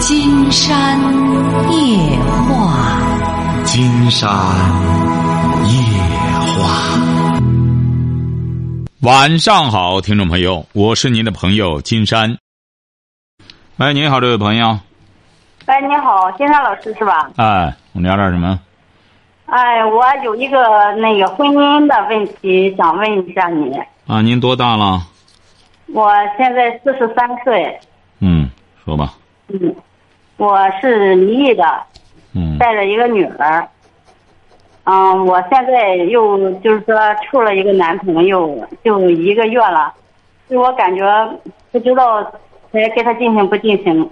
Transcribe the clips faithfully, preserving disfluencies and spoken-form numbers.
金山夜话， 金山夜话。晚上好，听众朋友，我是您的朋友金山。喂，你好，这位朋友。 哎，你好，金山老师是吧？ 哎，我们聊点什么？ 哎，我有一个那个婚姻的问题想问一下你。 啊，您多大了？ 我现在四十三岁。 嗯，说吧。 嗯，我是离异的。 嗯。 带着一个女儿。嗯，我现在又就是说处了一个男朋友，就一个月了，就我感觉不知道该给他进行不进行。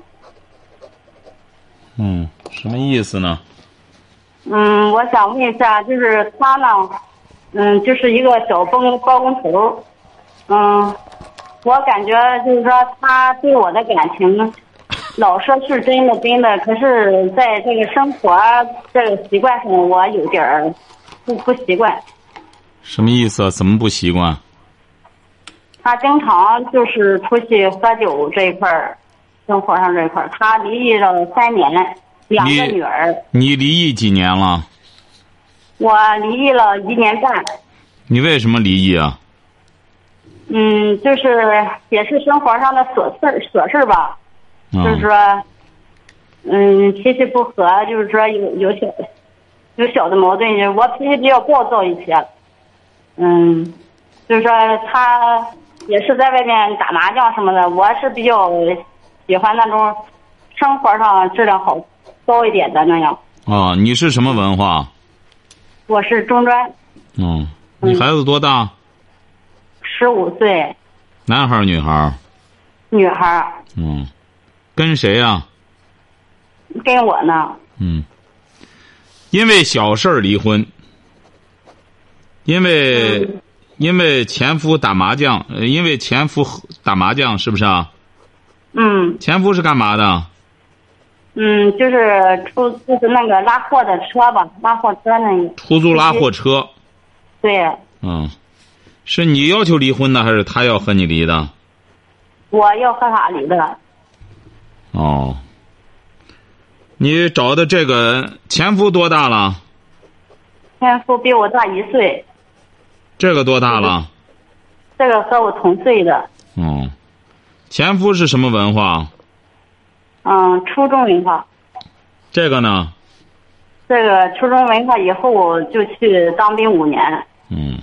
嗯，什么意思呢？ 嗯，我想问一下，就是他呢，嗯，就是一个小包包工头，嗯，我感觉就是说他对我的感情，老说是真的真的，可是在这个生活这个习惯上，我有点儿不不习惯。 什么意思？怎么不习惯？ 他经常就是出去喝酒这一块儿，生活上这一块儿，他离异了三年。两个女儿。 你离异几年了？ 我离异了一年半。 你为什么离异啊？ 嗯，就是也是生活上的琐事琐事吧， 嗯、 就是说，嗯，脾气不和，就是说有有小有小的矛盾，我脾气比较暴躁一些，嗯，就是说他也是在外面打麻将什么的，我是比较喜欢那种生活上质量好。高一点的那样。 哦，你是什么文化？ 我是中专。 嗯，你孩子多大？ 十五岁。 男孩儿女孩儿？ 女孩儿。 嗯，跟谁呀、啊？ 跟我呢。 嗯，因为小事儿离婚。因为、嗯、因为前夫打麻将，因为前夫打麻将，是不是啊？ 嗯。 前夫是干嘛的？ 嗯，就是出就是那个拉货的车吧，拉货车那个。 出租拉货车。 对。 嗯，是你要求离婚的，还是他要和你离的？ 我要和他离的。 哦。你找的这个前夫多大了？ 前夫比我大一岁。 这个多大了？ 这个和我同岁的。 哦。前夫是什么文化？ 嗯，初中文化。 这个呢？ 这个初中文化以后就去当兵五年。 嗯。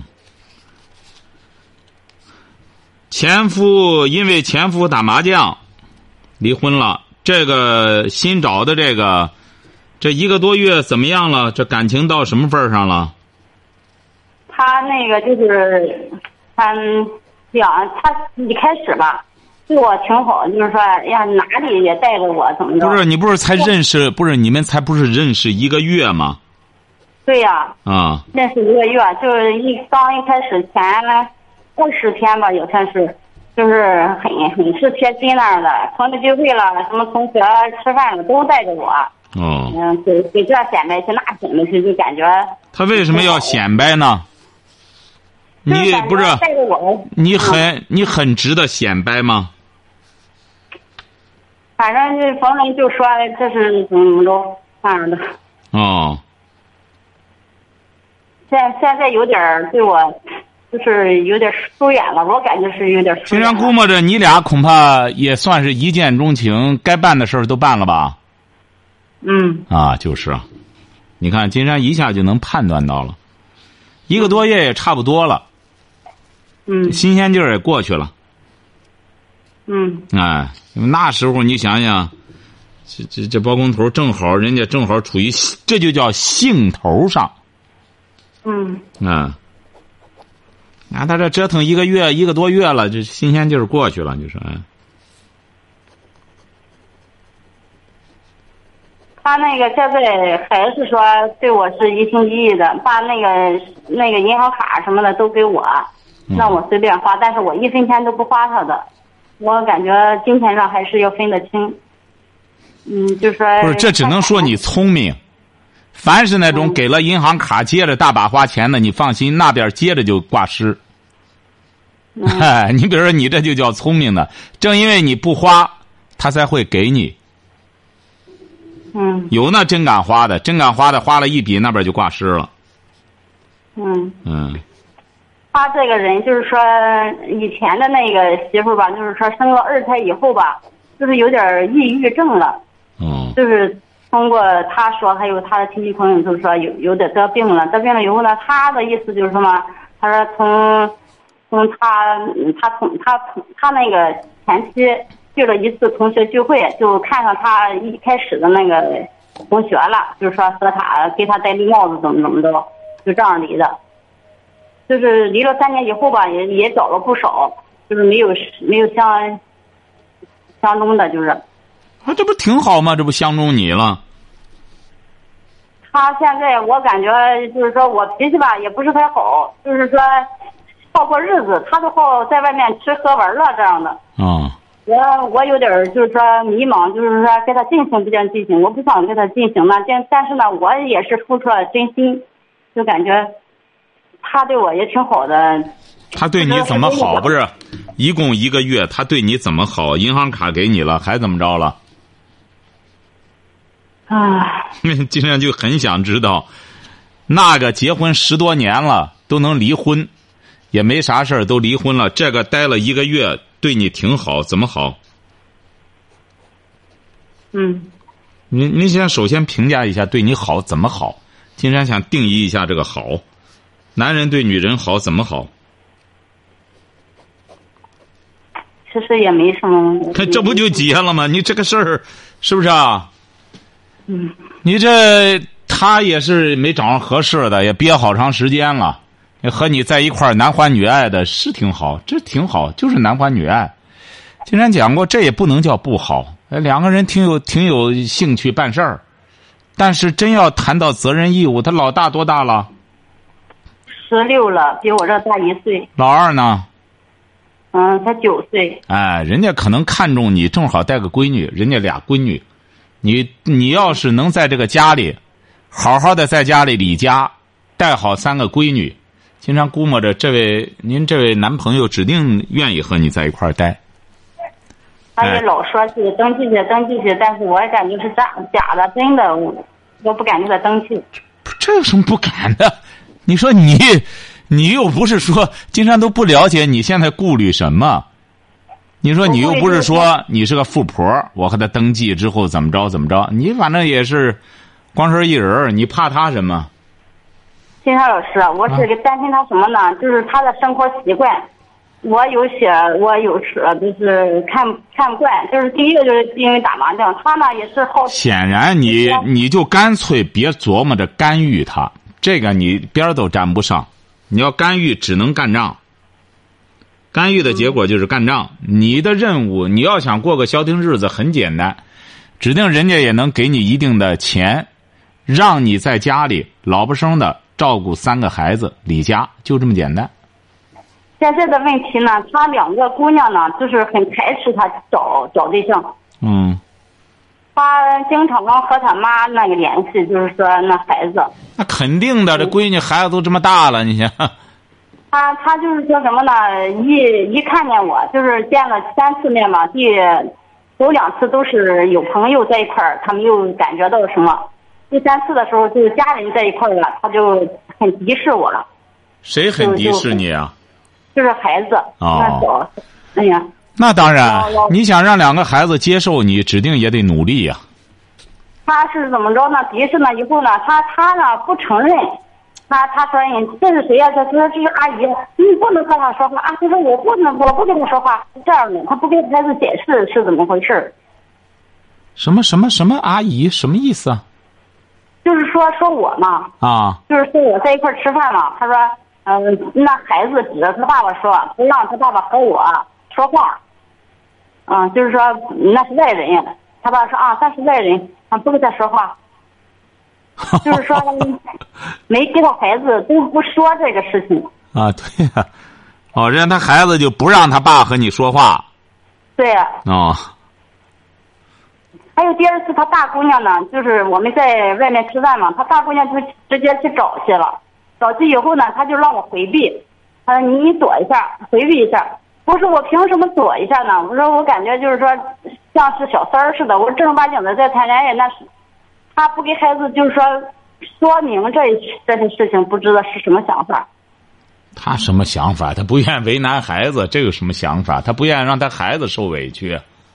前夫因为前夫打麻将离婚了，这个新找的这个这一个多月怎么样了？这感情到什么份儿上了？ 他那个就是他两他一开始吧。对我挺好，就是说，哎呀，哪里也带着我，怎么着？ 不是你不是才认识，不是你们才不是认识一个月吗？ 对呀、 啊。啊。 认识一个月，就是一刚一开始前二十天吧，也算是，就是很很是贴心那样的。同学聚会了，什么同学吃饭了，都带着我。 哦。 嗯，给给这显摆去，那显摆去，就感觉。 他为什么要显摆呢？你不是带着我， 你很你很值得显摆吗？ 反正是逢人就说这是怎么怎么着那样的。 哦。 现现在有点对我，就是有点疏远了，我感觉是有点疏远了。 虽然估摸着你俩恐怕也算是一见钟情，该办的事儿都办了吧？ 嗯。 啊，就是，你看金山一下就能判断到了，一个多月也差不多了。 嗯。 新鲜劲儿也过去了。 嗯。 哎，那时候你想想，这这这包工头正好，人家正好处于，这就叫兴头上。 嗯。 啊。啊，他这折腾一个月一个多月了，这新鲜劲儿过去了，你说。 他那个现在还是说对我是一心一意的，把那个那个银行卡什么的都给我，让我随便花，但是我一分钱都不花他的。我感觉金钱上还是要分得清。嗯，就说不是，这只能说你聪明。凡是那种给了银行卡接着大把花钱的，你放心，那边接着就挂失。哎，你比如说你这就叫聪明的，正因为你不花，他才会给你。 嗯有那真敢花的，真敢花的花了一笔，那边就挂失了。 嗯。 嗯。 他这个人就是说，以前的那个媳妇吧，就是说生了二胎以后吧，就是有点抑郁症了。 哦。 就是通过他说，还有他的亲戚朋友，就是说有有点得病了，得病了以后呢，他的意思就是什么？他说从从他他从他从他那个前妻去了一次同学聚会，就看上他一开始的那个同学了，就是说和他给他戴绿帽子怎么怎么着，就这样离的。就是离了三年以后吧，也也找了不少，就是没有没有相相中的，就是。 啊，这不挺好吗？这不相中你了。 他现在我感觉就是说我脾气吧也不是太好，就是说好过日子，他都好在外面吃喝玩乐这样的。 哦。 我我有点就是说迷茫，就是说跟他进行不进进行，我不想跟他进行呢，但但是呢，我也是付出了真心，就感觉。他对我也挺好的。 他对你怎么好？不是，一共一个月，他对你怎么好？银行卡给你了，还怎么着了？ 啊！ 今天就很想知道，那个结婚十多年了都能离婚，也没啥事儿都离婚了，这个待了一个月对你挺好，怎么好？ 嗯。 你你先首先评价一下对你好怎么好？金山想定义一下这个好。男人对女人好怎么好？ 其实也没什么。 这不就结了吗？你这个事儿，是不是啊？ 嗯。 你这他也是没找上合适的，也憋好长时间了，和你在一块儿男欢女爱的是挺好，这挺好，就是男欢女爱。经常讲过，这也不能叫不好。两个人挺有挺有兴趣办事儿，但是真要谈到责任义务，他老大多大了？ 十六了，比我这大一岁。 老二呢？ 嗯，才九岁。 哎，人家可能看中你，正好带个闺女，人家俩闺女，你你要是能在这个家里，好好的在家里理家，带好三个闺女，经常估摸着这位您这位男朋友指定愿意和你在一块儿待。 他也老说去登记去登记去，但是我也感觉是假假的，真的我我不敢给他登记。 这有什么不敢的？你说你，你又不是说经常都不了解你现在顾虑什么？你说你又不是说你是个富婆，我和他登记之后怎么着怎么着？你反正也是光身一人，你怕他什么？ 金山老师，我是担心他什么呢？啊、就是他的生活习惯，我有些我有时就是看看不惯。就是第一个就是因为打麻将，他呢也是好。 显然你你就干脆别琢磨着干预他。这个你边儿都沾不上，你要干预只能干仗。干预的结果就是干仗。你的任务，你要想过个消停日子很简单，指定人家也能给你一定的钱，让你在家里老不生的照顾三个孩子理家，就这么简单。 现在的问题呢，他两个姑娘呢，就是很排斥他找找对象。 嗯。 他经常和他妈那个联系，就是说那孩子。 那肯定的，这闺女孩子都这么大了，你想。 他他就是说什么呢？一一看见我，就是见了三次面嘛，第有两次都是有朋友在一块儿，他没有感觉到什么。第三次的时候，就是家人在一块儿了，他就很敌视我了。 谁很敌视你啊？ 就, 就是孩子。 哦。 那小，哎呀。 那当然，你想让两个孩子接受你，指定也得努力呀、 啊。他是怎么着呢？敌视呢以后呢，他他呢不承认，他他说你这是谁呀、啊？他说这是阿姨，你不能和他说话啊！他说我不能，我不跟他说话，这样的，他不给孩子解释是怎么回事。 什么什么什么阿姨？什么意思啊？ 就是说说我嘛。 啊。 就是说我在一块吃饭嘛，他说嗯、呃，那孩子指着他爸爸说，不让他爸爸和我说话。啊、嗯，就是说那是外人，他爸说啊，那是外人，啊，不跟他说话，就是说没给他孩子都不说这个事情啊，对呀、啊，哦，让他孩子就不让他爸和你说话， 对呀、 啊，哦， 还有第二次，他大姑娘呢，就是我们在外面吃饭嘛，他大姑娘就直接去找去了，找去以后呢，他就让我回避，他说你躲一下，回避一下。我说我凭什么躲一下呢？我说我感觉就是说像是小三儿似的，我正儿八经的在谈恋爱，那是他不给孩子就是说说明这这些事情，不知道是什么想法。 他什么想法？他不愿为难孩子，这有什么想法？他不愿让他孩子受委屈。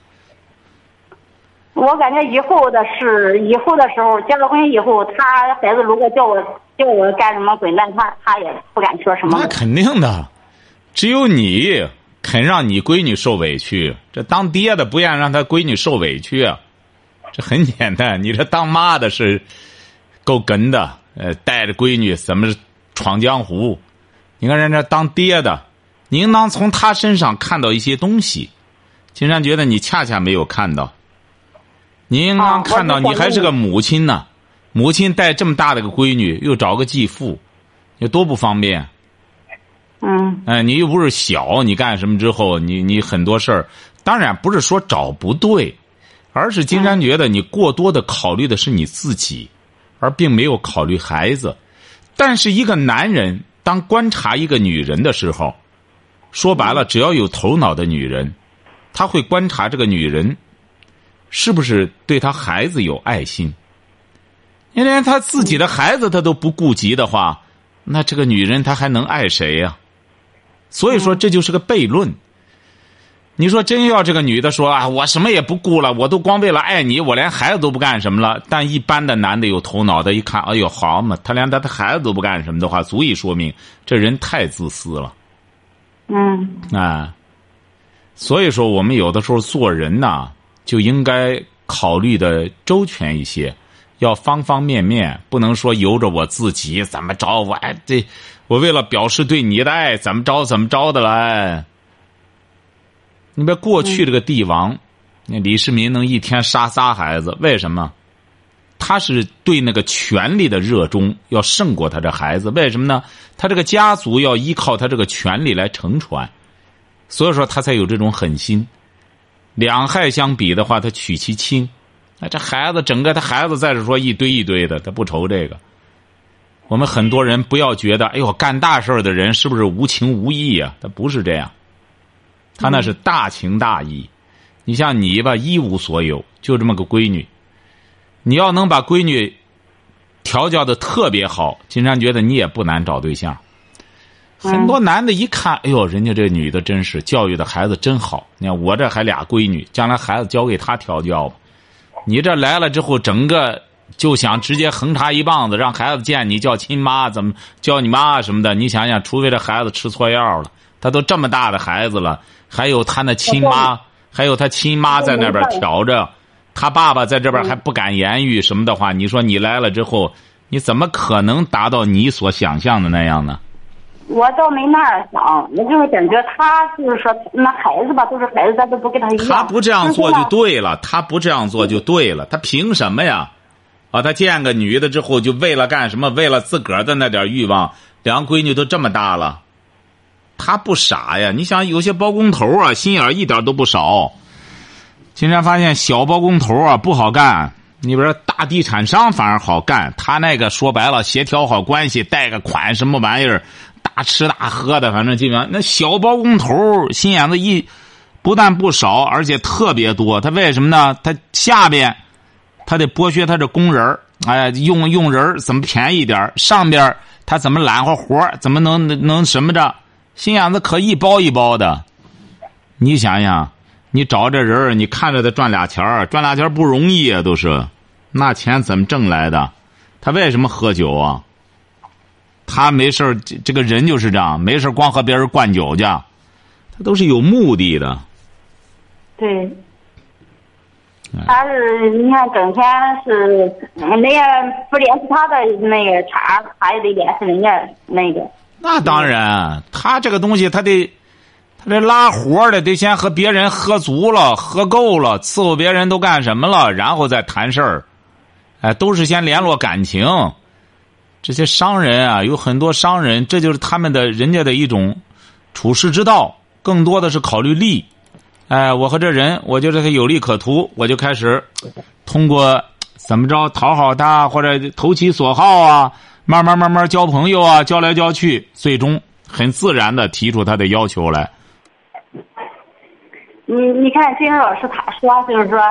我感觉以后的事，以后的时候结了婚以后，他孩子如果叫我叫我干什么滚蛋，他他也不敢说什么。 那肯定的，只有你肯让你闺女受委屈，这当爹的不愿让他闺女受委屈啊，这很简单。你这当妈的是够梗的，呃，带着闺女怎么闯江湖？你看人家当爹的，你应当从他身上看到一些东西。金山觉得你恰恰没有看到。你应当看到，你还是个母亲呢，母亲带这么大的个闺女，又找个继父，有多不方便。 嗯。 哎，你又不是小，你干什么之后，你你很多事儿，当然不是说找不对，而是金山觉得你过多的考虑的是你自己，而并没有考虑孩子。但是一个男人当观察一个女人的时候，说白了，只要有头脑的女人，他会观察这个女人是不是对他孩子有爱心。因为连他自己的孩子他都不顾及的话，那这个女人她还能爱谁呀？所以说这就是个悖论。你说真要这个女的说啊，我什么也不顾了，我都光为了爱你，我连孩子都不干什么了。但一般的男的有头脑的一看，哎呦好嘛，他连他的孩子都不干什么的话，足以说明这人太自私了。 嗯。 啊，所以说我们有的时候做人呐，就应该考虑的周全一些，要方方面面，不能说由着我自己怎么着，我哎这我为了表示对你的爱怎么着怎么着的来。你别过去这个帝王，那李世民能一天杀仨孩子，为什么？他是对那个权力的热衷要胜过他这孩子，为什么呢？他这个家族要依靠他这个权力来承传，所以说他才有这种狠心。两害相比的话，他取其轻。哎，这孩子整个他孩子再是说一堆一堆的，他不愁这个。我们很多人不要觉得，哎呦，干大事的人是不是无情无义啊？他不是这样，他那是大情大义。你像你吧，一无所有，就这么个闺女，你要能把闺女调教的特别好，金山觉得你也不难找对象。很多男的一看，哎呦，人家这女的真是教育的孩子真好。你看我这还俩闺女，将来孩子交给她调教吧。你这来了之后，整个就想直接横插一棒子，让孩子见你叫亲妈，怎么叫你妈什么的。你想想，除非这孩子吃错药了，他都这么大的孩子了，还有他那亲妈，还有他亲妈在那边挑着，他爸爸在这边还不敢言语什么的话，你说你来了之后，你怎么可能达到你所想象的那样呢？ 我倒没那样想，我就是感觉他就是说那孩子吧，都是孩子，咱都不跟他一样。 他不这样做就对了，他不这样做就对了，他凭什么呀？啊，他见个女的之后，就为了干什么？为了自个儿的那点欲望，两个闺女都这么大了，他不傻呀。你想，有些包工头啊，心眼一点都不少。经常发现小包工头啊不好干，你比如说大地产商反而好干，他那个说白了协调好关系，贷个款什么玩意儿，大吃大喝的，反正基本上那小包工头心眼子一不但不少，而且特别多。他为什么呢？他下边他得剥削他这工人，哎，用用人怎么便宜一点，上边他怎么揽活活，怎么能能什么着，心眼子可一包一包的。你想想，你找这人，你看着他赚俩钱赚俩钱不容易啊，都是那钱怎么挣来的？他为什么喝酒啊？他没事这这个人就是这样，没事光和别人灌酒去，他都是有目的的。 对，他是你看整天是那个不联系他的那个茬，他也得联系人家那个。 那当然，他这个东西他得他这拉活的，得先和别人喝足了、喝够了，伺候别人都干什么了，然后再谈事儿。哎，都是先联络感情。这些商人啊，有很多商人，这就是他们的人家的一种处世之道，更多的是考虑利。哎，我和这人，我觉得他有利可图，我就开始通过怎么着讨好他，或者投其所好啊，慢慢慢慢交朋友啊，交来交去，最终很自然的提出他的要求来。 你你看金老师他说就是说，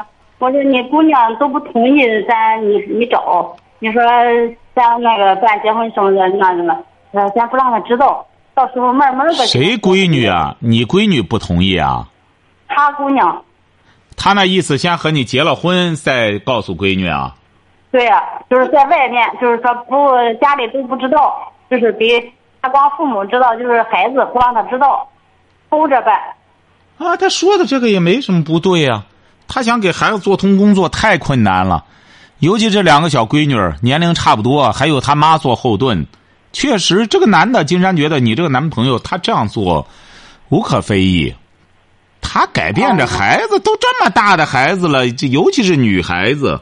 我说你姑娘都不同意咱你你找，你说咱那个办结婚什么的那什么，呃，咱不让她知道，到时候慢慢的。 谁闺女啊？你闺女不同意啊？ 她姑娘。 她那意思先和你结了婚再告诉闺女啊？ 对呀、啊，就是在外面，就是说不家里都不知道，就是比他光父母知道，就是孩子不让他知道，偷着办。 啊，他说的这个也没什么不对呀、啊。他想给孩子做通工作太困难了，尤其这两个小闺女年龄差不多，还有他妈做后盾，确实这个男的金山觉得你这个男朋友他这样做无可非议。他改变这孩子，都这么大的孩子了，这尤其是女孩子。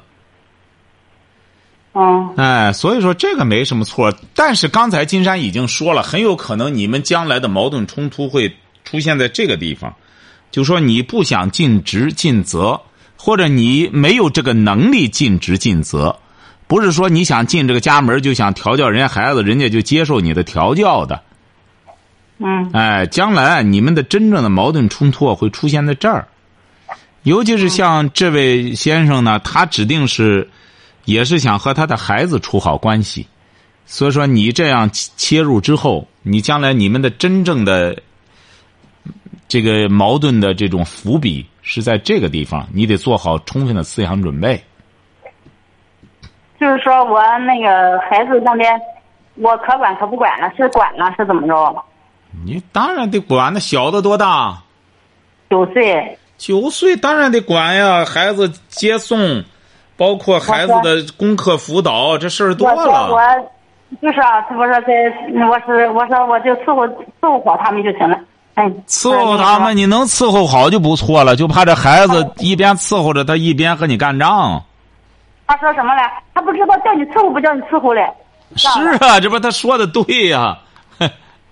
嗯， 哎，所以说这个没什么错，但是刚才金山已经说了，很有可能你们将来的矛盾冲突会出现在这个地方，就说你不想尽职尽责，或者你没有这个能力尽职尽责，不是说你想进这个家门就想调教人家孩子，人家就接受你的调教的。 嗯， 哎，将来你们的真正的矛盾冲突会出现在这儿，尤其是像这位先生呢，他指定是。也是想和他的孩子处好关系，所以说你这样切入之后，你将来你们的真正的这个矛盾的这种伏笔是在这个地方，你得做好充分的思想准备。 就是说我那个孩子那边，我可管可不管了，是管了是怎么着？ 你当然得管，那小的多大？ 九岁。 九岁当然得管呀，孩子接送。包括孩子的功课辅导，这事儿多了。 我就是啊，我说在，我是我说我就伺候伺候好他们就行了。哎， 伺候他们，你能伺候好就不错了，就怕这孩子一边伺候着他，一边和你干仗。 他说什么嘞？他不知道叫你伺候不叫你伺候嘞。 是啊，这不他说的对呀、啊。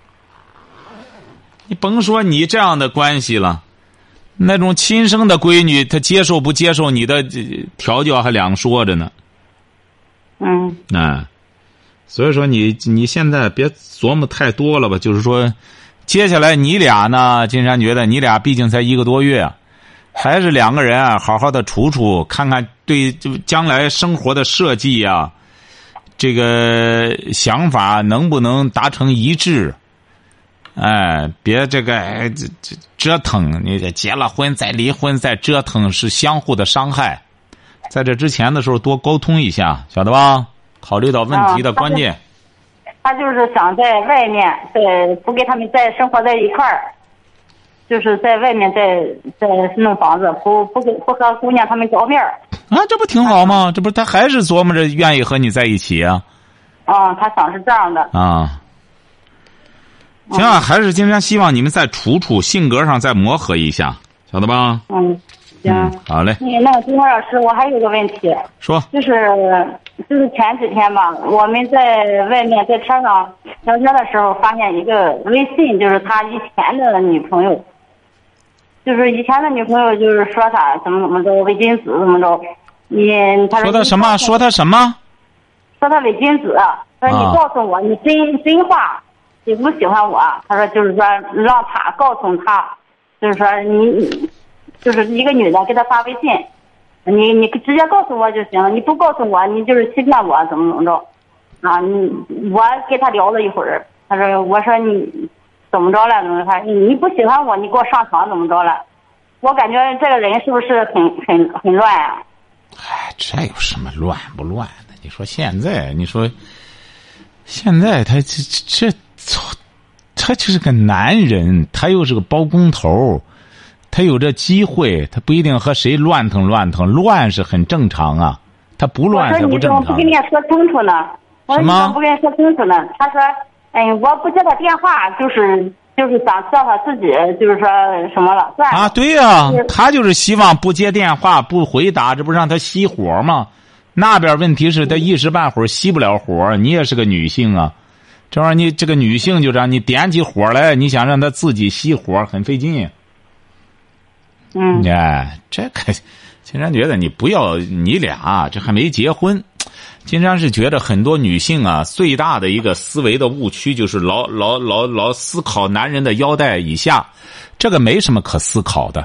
你甭说你这样的关系了。那种亲生的闺女，她接受不接受你的调教还两说着呢。 嗯。 哎，所以说你你现在别琢磨太多了吧，就是说，接下来你俩呢，金山觉得你俩毕竟才一个多月，还是两个人啊，好好的处处，看看对就将来生活的设计啊，这个想法能不能达成一致。哎，别这个哎，这这折腾，你这结了婚再离婚再折腾是相互的伤害。在这之前的时候多沟通一下，晓得吧？考虑到问题的关键。 啊、他, 就他就是想在外面，在不跟他们再生活在一块儿，就是在外面再再弄房子，不不跟不和姑娘他们照面儿。 啊，这不挺好吗？这不他还是琢磨着愿意和你在一起啊？ 啊，他想是这样的啊。行啊，还是金山希望你们再处处，性格上再磨合一下，晓得吧？ 嗯，行， 嗯、好嘞。 那个金花老师，我还有个问题， 说， 就是就是前几天吧，我们在外面在车上聊天的时候，发现一个微信，就是他以前的女朋友，就是以前的女朋友，就是说他怎么怎么着伪君子怎么着，你他说他什么？说他什么？ 说他伪君子，说你告诉我你真、啊、真话。喜不喜欢我？他说就是说让他告诉他，就是说你就是一个女的给他发微信，你你直接告诉我就行，你不告诉我你就是欺骗我怎么怎么着啊？你我跟他聊了一会儿，他说我说你怎么着了？怎么着？你不喜欢我，你给我上床怎么着了？我感觉这个人是不是很很很乱啊？ 哎，这有什么乱不乱的？你说现在，你说现在他这这。他就是个男人，他又是个包工头，他有这机会，他不一定和谁乱腾乱腾，乱是很正常啊。他不乱才不正常。 我说你怎么不跟人家说清楚呢？我说你怎么不跟人家说清楚呢？他说：“哎，我不接他电话，就是就是想叫他自己，就是说什么了，算了。” 啊，对呀、啊，他就是希望不接电话不回答，这不让他熄火吗？那边问题是他一时半会儿熄不了火，你也是个女性啊。这玩意儿，你这个女性就让你点起火来，你想让她自己熄火，很费劲。 嗯， 哎，这个金山觉得你不要你俩这还没结婚。金山是觉得很多女性啊，最大的一个思维的误区就是老老老老思考男人的腰带以下，这个没什么可思考的。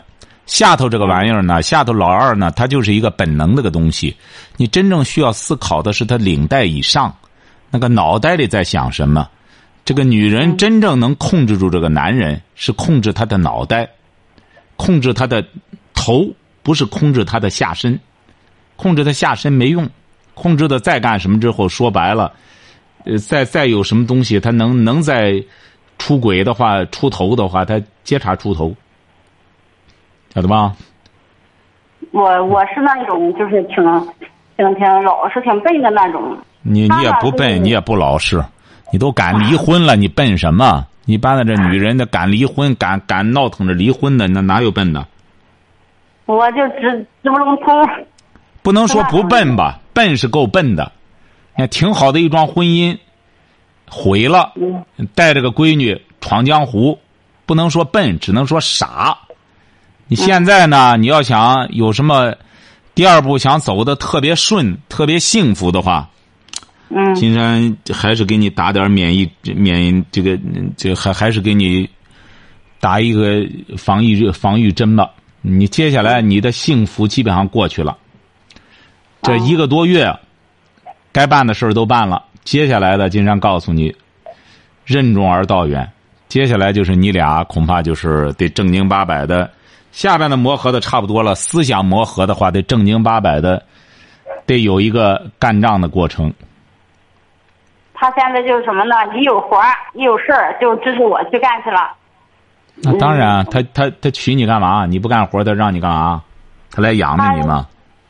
下头这个玩意儿呢，下头老二呢，它就是一个本能的个东西。你真正需要思考的是他领带以上，那个脑袋里在想什么。这个女人真正能控制住这个男人，是控制他的脑袋，控制他的头，不是控制他的下身。控制他下身没用，控制的再干什么之后，说白了，呃，再再有什么东西，他能能再出轨的话，出头的话，他接茬出头，晓得吧？ 我我是那种就是挺挺挺老实、挺笨的那种。 你你也不笨，你也不老实，你都敢离婚了，你笨什么？一般的这女人的敢离婚、敢敢闹腾着离婚的，那哪有笨的？ 我就直直不愣通。 不能说不笨吧，笨是够笨的。你看，挺好的一桩婚姻，毁了，带着个闺女闯江湖，不能说笨，只能说傻。你现在呢，你要想有什么第二步想走的特别顺、特别幸福的话， 嗯， 金山还是给你打点免疫免这个这还还是给你打一个防御防御针吧。你接下来你的幸福基本上过去了。这一个多月，该办的事儿都办了。接下来的，金山告诉你，任重而道远。接下来就是你俩恐怕就是得正经八百的，下边的磨合的差不多了，思想磨合的话，得正经八百的，得有一个干仗的过程。 他现在就是什么呢？一有活儿，一有事儿，就支持我去干去了。 那当然，他他他娶你干嘛？你不干活，他让你干嘛？他来养着你吗？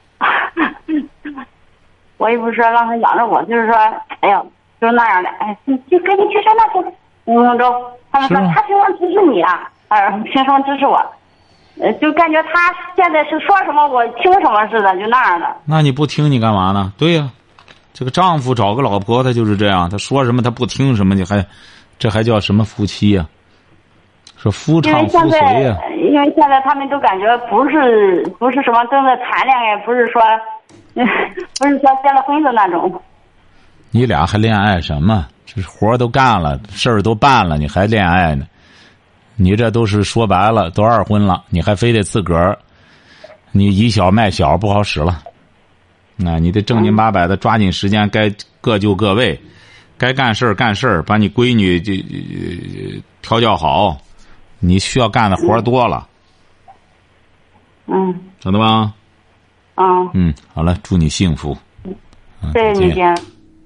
我也不是说让他养着我，就是说，哎呀，就是那样的，哎，就就赶紧去上那去，嗯，着。他们说他凭什么支持你啊？呃，凭什么支持我？呃，就感觉他现在是说什么我听什么似的，就那样的。 那你不听你干嘛呢？对呀、啊，这个丈夫找个老婆，他就是这样，他说什么他不听什么，你还，这还叫什么夫妻呀、啊？说夫唱妇随呀。 因为现在他们都感觉不是不是什么正在谈恋爱，不是说。不是说结了婚的那种。 你俩还恋爱什么？这活都干了，事儿都办了，你还恋爱呢？你这都是说白了，都二婚了，你还非得自个儿，你以小卖小，不好使了。那你得正经八百的抓紧时间，该各就各位，该干事儿干事儿，把你闺女就、呃、调教好。你需要干的活多了。 嗯。 晓得吧？ 嗯嗯，好了，祝你幸福。 谢谢你，先。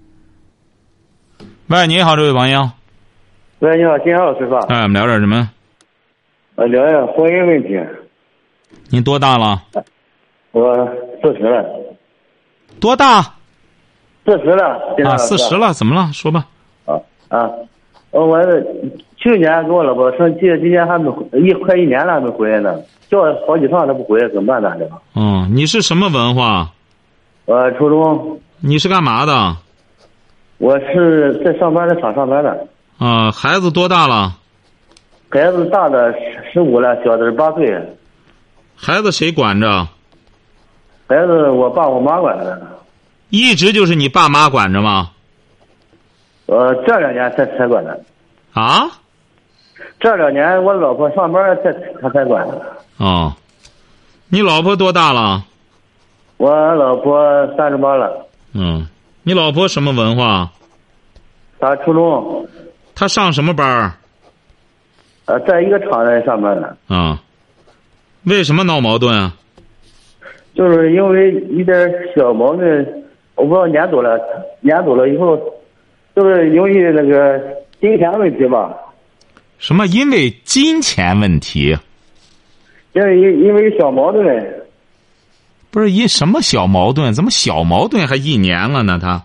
喂，你好，这位朋友。 喂，你好，金山老师吧？ 哎，我们聊点什么？ 呃，聊聊婚姻问题。 您多大了？ 我四十了。 多大？ 四十了。 啊，四十了，怎么了？说吧。 啊啊，我去年跟我老婆生气，今年还没一快一年了还没回来呢。叫好几趟他不回来，怎么办呢？这个。 嗯，你是什么文化？ 我初中。 你是干嘛的？ 我是在上班，在厂上班的。 啊，孩子多大了？ 孩子大的十五了，小的是八岁。 孩子谁管着？ 孩子我爸我妈管着。 一直就是你爸妈管着吗？ 呃，这两年才才管的。 啊？ 这两年我老婆上班才他才管的。 哦，你老婆多大了？ 我老婆三十八了。 嗯，你老婆什么文化？ 她初中。 她上什么班？ 呃，在一个厂子上班的。 啊，为什么闹矛盾啊？ 就是因为一点小毛病，我不知道撵走了，撵走了以后，就是因为那个金钱问题吧。 什么？因为金钱问题？ 因为因为小矛盾。 不是因什么小矛盾？怎么小矛盾还一年了呢？他？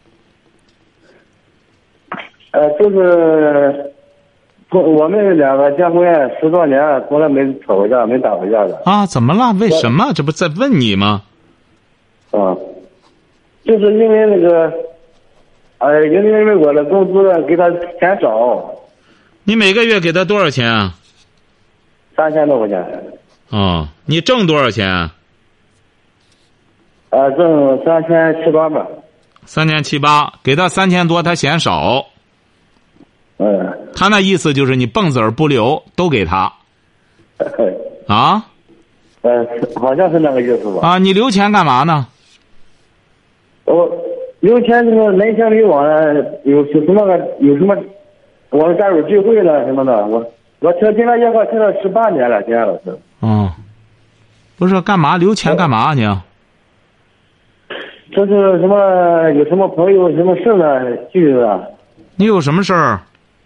呃，就是我们两个结婚十多年了，从来没吵过架，没打过架的。 啊？怎么了？为什么？这不在问你吗？ 啊，就是因为那个，呃，因为我的工资给他钱少。 你每个月给他多少钱啊？ 三千多块钱。 哦，你挣多少钱啊？ 呃，挣三千七八吧。 三千七八，给他三千多，他嫌少。 嗯。 他那意思就是你蹦子儿不留，都给他。啊？ 呃，好像是那个意思吧。 啊，你留钱干嘛呢？ 我留钱这个来钱里往有有什么个有什么，我加入聚会了什么的，我我听听了也快听了十八年了，金山老师。 哦，不是干嘛留钱干嘛你？ 这是什么？有什么朋友什么事呢？去啊？ 你有什么事儿？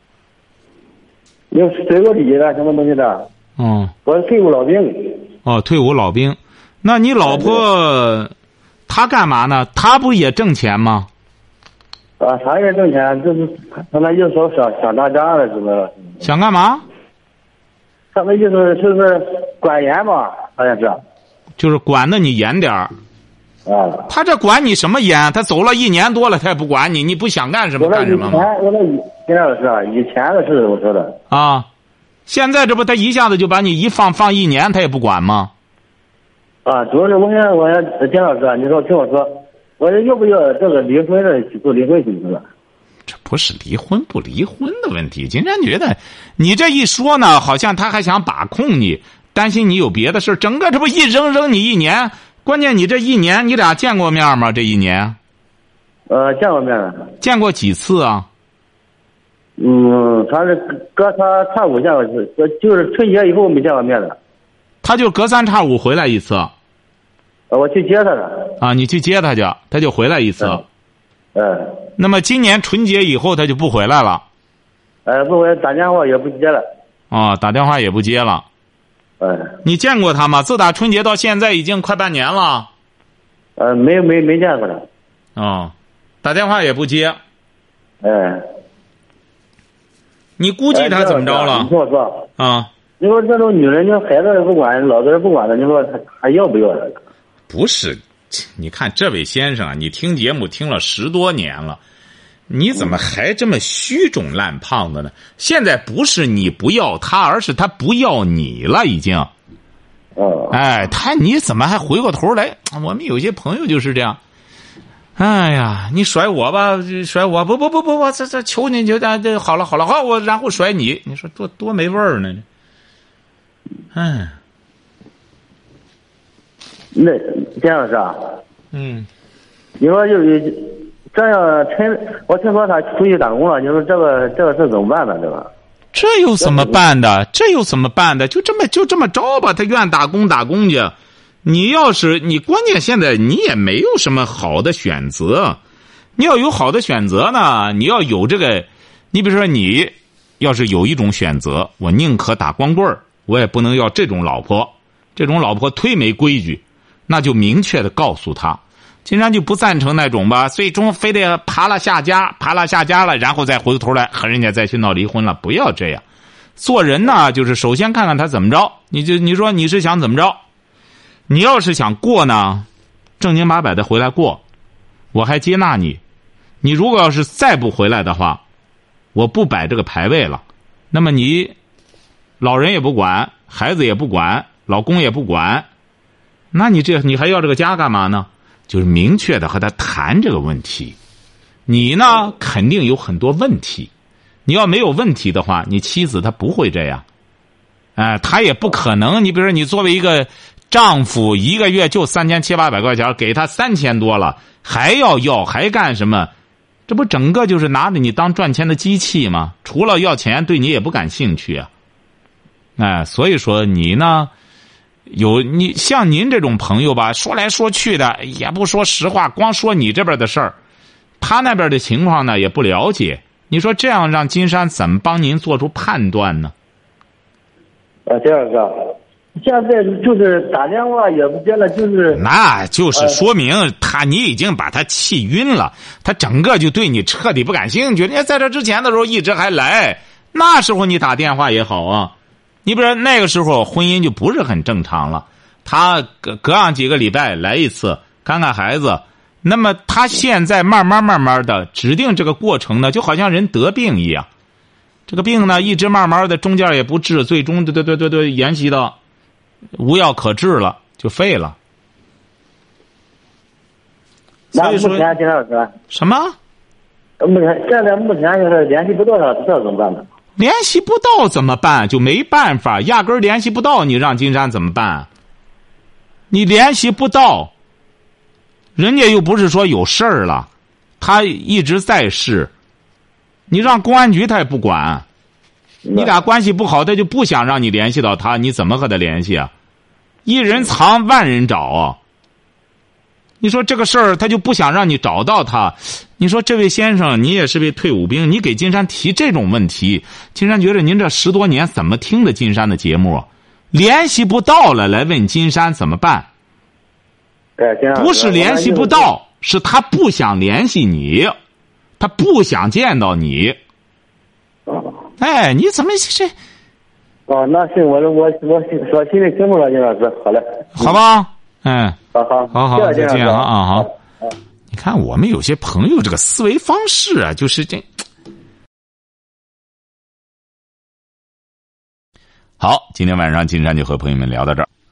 有随个礼的什么东西的？ 哦， 我是退伍老兵。 哦，退伍老兵，那你老婆她干嘛呢？她不也挣钱吗？ 啊，他也挣钱，就是他那意思说想想当家了，是不是？ 想干嘛？ 他那意思是不是管严嘛？好像是。 就是管的你严点儿。 啊。 他这管你什么严？他走了一年多了，他也不管你，你不想干什么干什么吗？ 我说以前，我说金山老师啊，以前的事我说的。 啊，现在这不他一下子就把你一放放一年，他也不管吗？ 啊，主要是我想我想金老师啊，你说听我说，我说要不要这个离婚的做离婚行不行？ 这不是离婚不离婚的问题，金山觉得你这一说呢，好像他还想把控你，担心你有别的事，整个这不一扔扔你一年，关键你这一年你俩见过面吗？这一年？ 呃，见过面了。 见过几次啊？ 嗯，他是隔他差五见过一次，就是春节以后没见过面的。 他就隔三差五回来一次。 呃，我去接他了。 啊，你去接他去，他就回来一次。 嗯。嗯那么今年春节以后他就不回来了。 呃，不回打电话也不接了。 啊，打电话也不接了。 嗯。 你见过他吗？自打春节到现在已经快半年了。 呃，没没没见过他。 哦，打电话也不接。 嗯。 你估计他怎么着了？ 你听我说。 啊。 你说这种女人，你说孩子也不管，老子也不管的，你说他还要不要的？ 不是，你看这位先生啊，你听节目听了十多年了，你怎么还这么虚肿烂胖的呢？现在不是你不要他，而是他不要你了，已经。 哦。 哎，他你怎么还回过头来？我们有些朋友就是这样。哎呀，你甩我吧，甩我不不不不，我这这求你就这这好了好了好，我然后甩你，你说多多没味儿呢？哎。 那这样是啊。 嗯。 你说就是这样，趁我听说他出去打工了，你说这个这个事怎么办呢？这个。 这有怎么办的？这有怎么办的？就这么就这么着吧。他愿打工打工去。你要是你关键现在你也没有什么好的选择，你要有好的选择呢，你要有这个，你比如说你要是有一种选择，我宁可打光棍儿，我也不能要这种老婆，这种老婆忒没规矩，那就明确的告诉他。金山就不赞成那种吧，最终非得爬了下家，爬了下家了，然后再回过头来和人家再去闹离婚了，不要这样。做人呢，就是首先看看他怎么着，你就你说你是想怎么着？你要是想过呢，正经八百的回来过，我还接纳你。你如果要是再不回来的话，我不摆这个牌位了。那么你老人也不管，孩子也不管，老公也不管，那你这你还要这个家干嘛呢？就是明确的和他谈这个问题。你呢，肯定有很多问题。你要没有问题的话，你妻子她不会这样。哎，她也不可能。你比如说，你作为一个丈夫，一个月就三千七八百块钱，给他三千多了，还要要，还干什么？这不整个就是拿着你当赚钱的机器吗？除了要钱，对你也不感兴趣啊。哎，所以说你呢，有你像您这种朋友吧，说来说去的也不说实话，光说你这边的事儿，他那边的情况呢也不了解。你说这样让金山怎么帮您做出判断呢？ 啊，这样是啊。现在就是打电话也不接了，就是那就是说明他你已经把他气晕了，他整个就对你彻底不感兴趣。人家在这之前的时候一直还来，那时候你打电话也好啊。你比如那个时候婚姻就不是很正常了，他隔隔上几个礼拜来一次看看孩子。那么他现在慢慢慢慢的指定这个过程呢，就好像人得病一样，这个病呢一直慢慢的中间也不治，最终对对对对对延续到无药可治了，就废了。 那目前金老师什么？ 目前现在目前就是联系不到他，这怎么办呢？ 联系不到怎么办？就没办法，压根儿联系不到，你让金山怎么办？ 你联系不到，人家又不是说有事儿了，他一直在世，你让公安局他也不管，你俩关系不好，他就不想让你联系到他，你怎么和他联系啊？一人藏万人找啊！你说这个事儿，他就不想让你找到他。你说这位先生，你也是位退伍兵，你给金山提这种问题，金山觉得您这十多年怎么听的金山的节目，联系不到了，来问金山怎么办？不是联系不到，是他不想联系你，他不想见到你。哎，你怎么这？ 哦，那行，我我我说心里清楚了，金老师，好嘞， 好吧，嗯， 好好好好，再见啊啊好。 好你看我们有些朋友这个思维方式啊，就是这。好，今天晚上金山就和朋友们聊到这儿。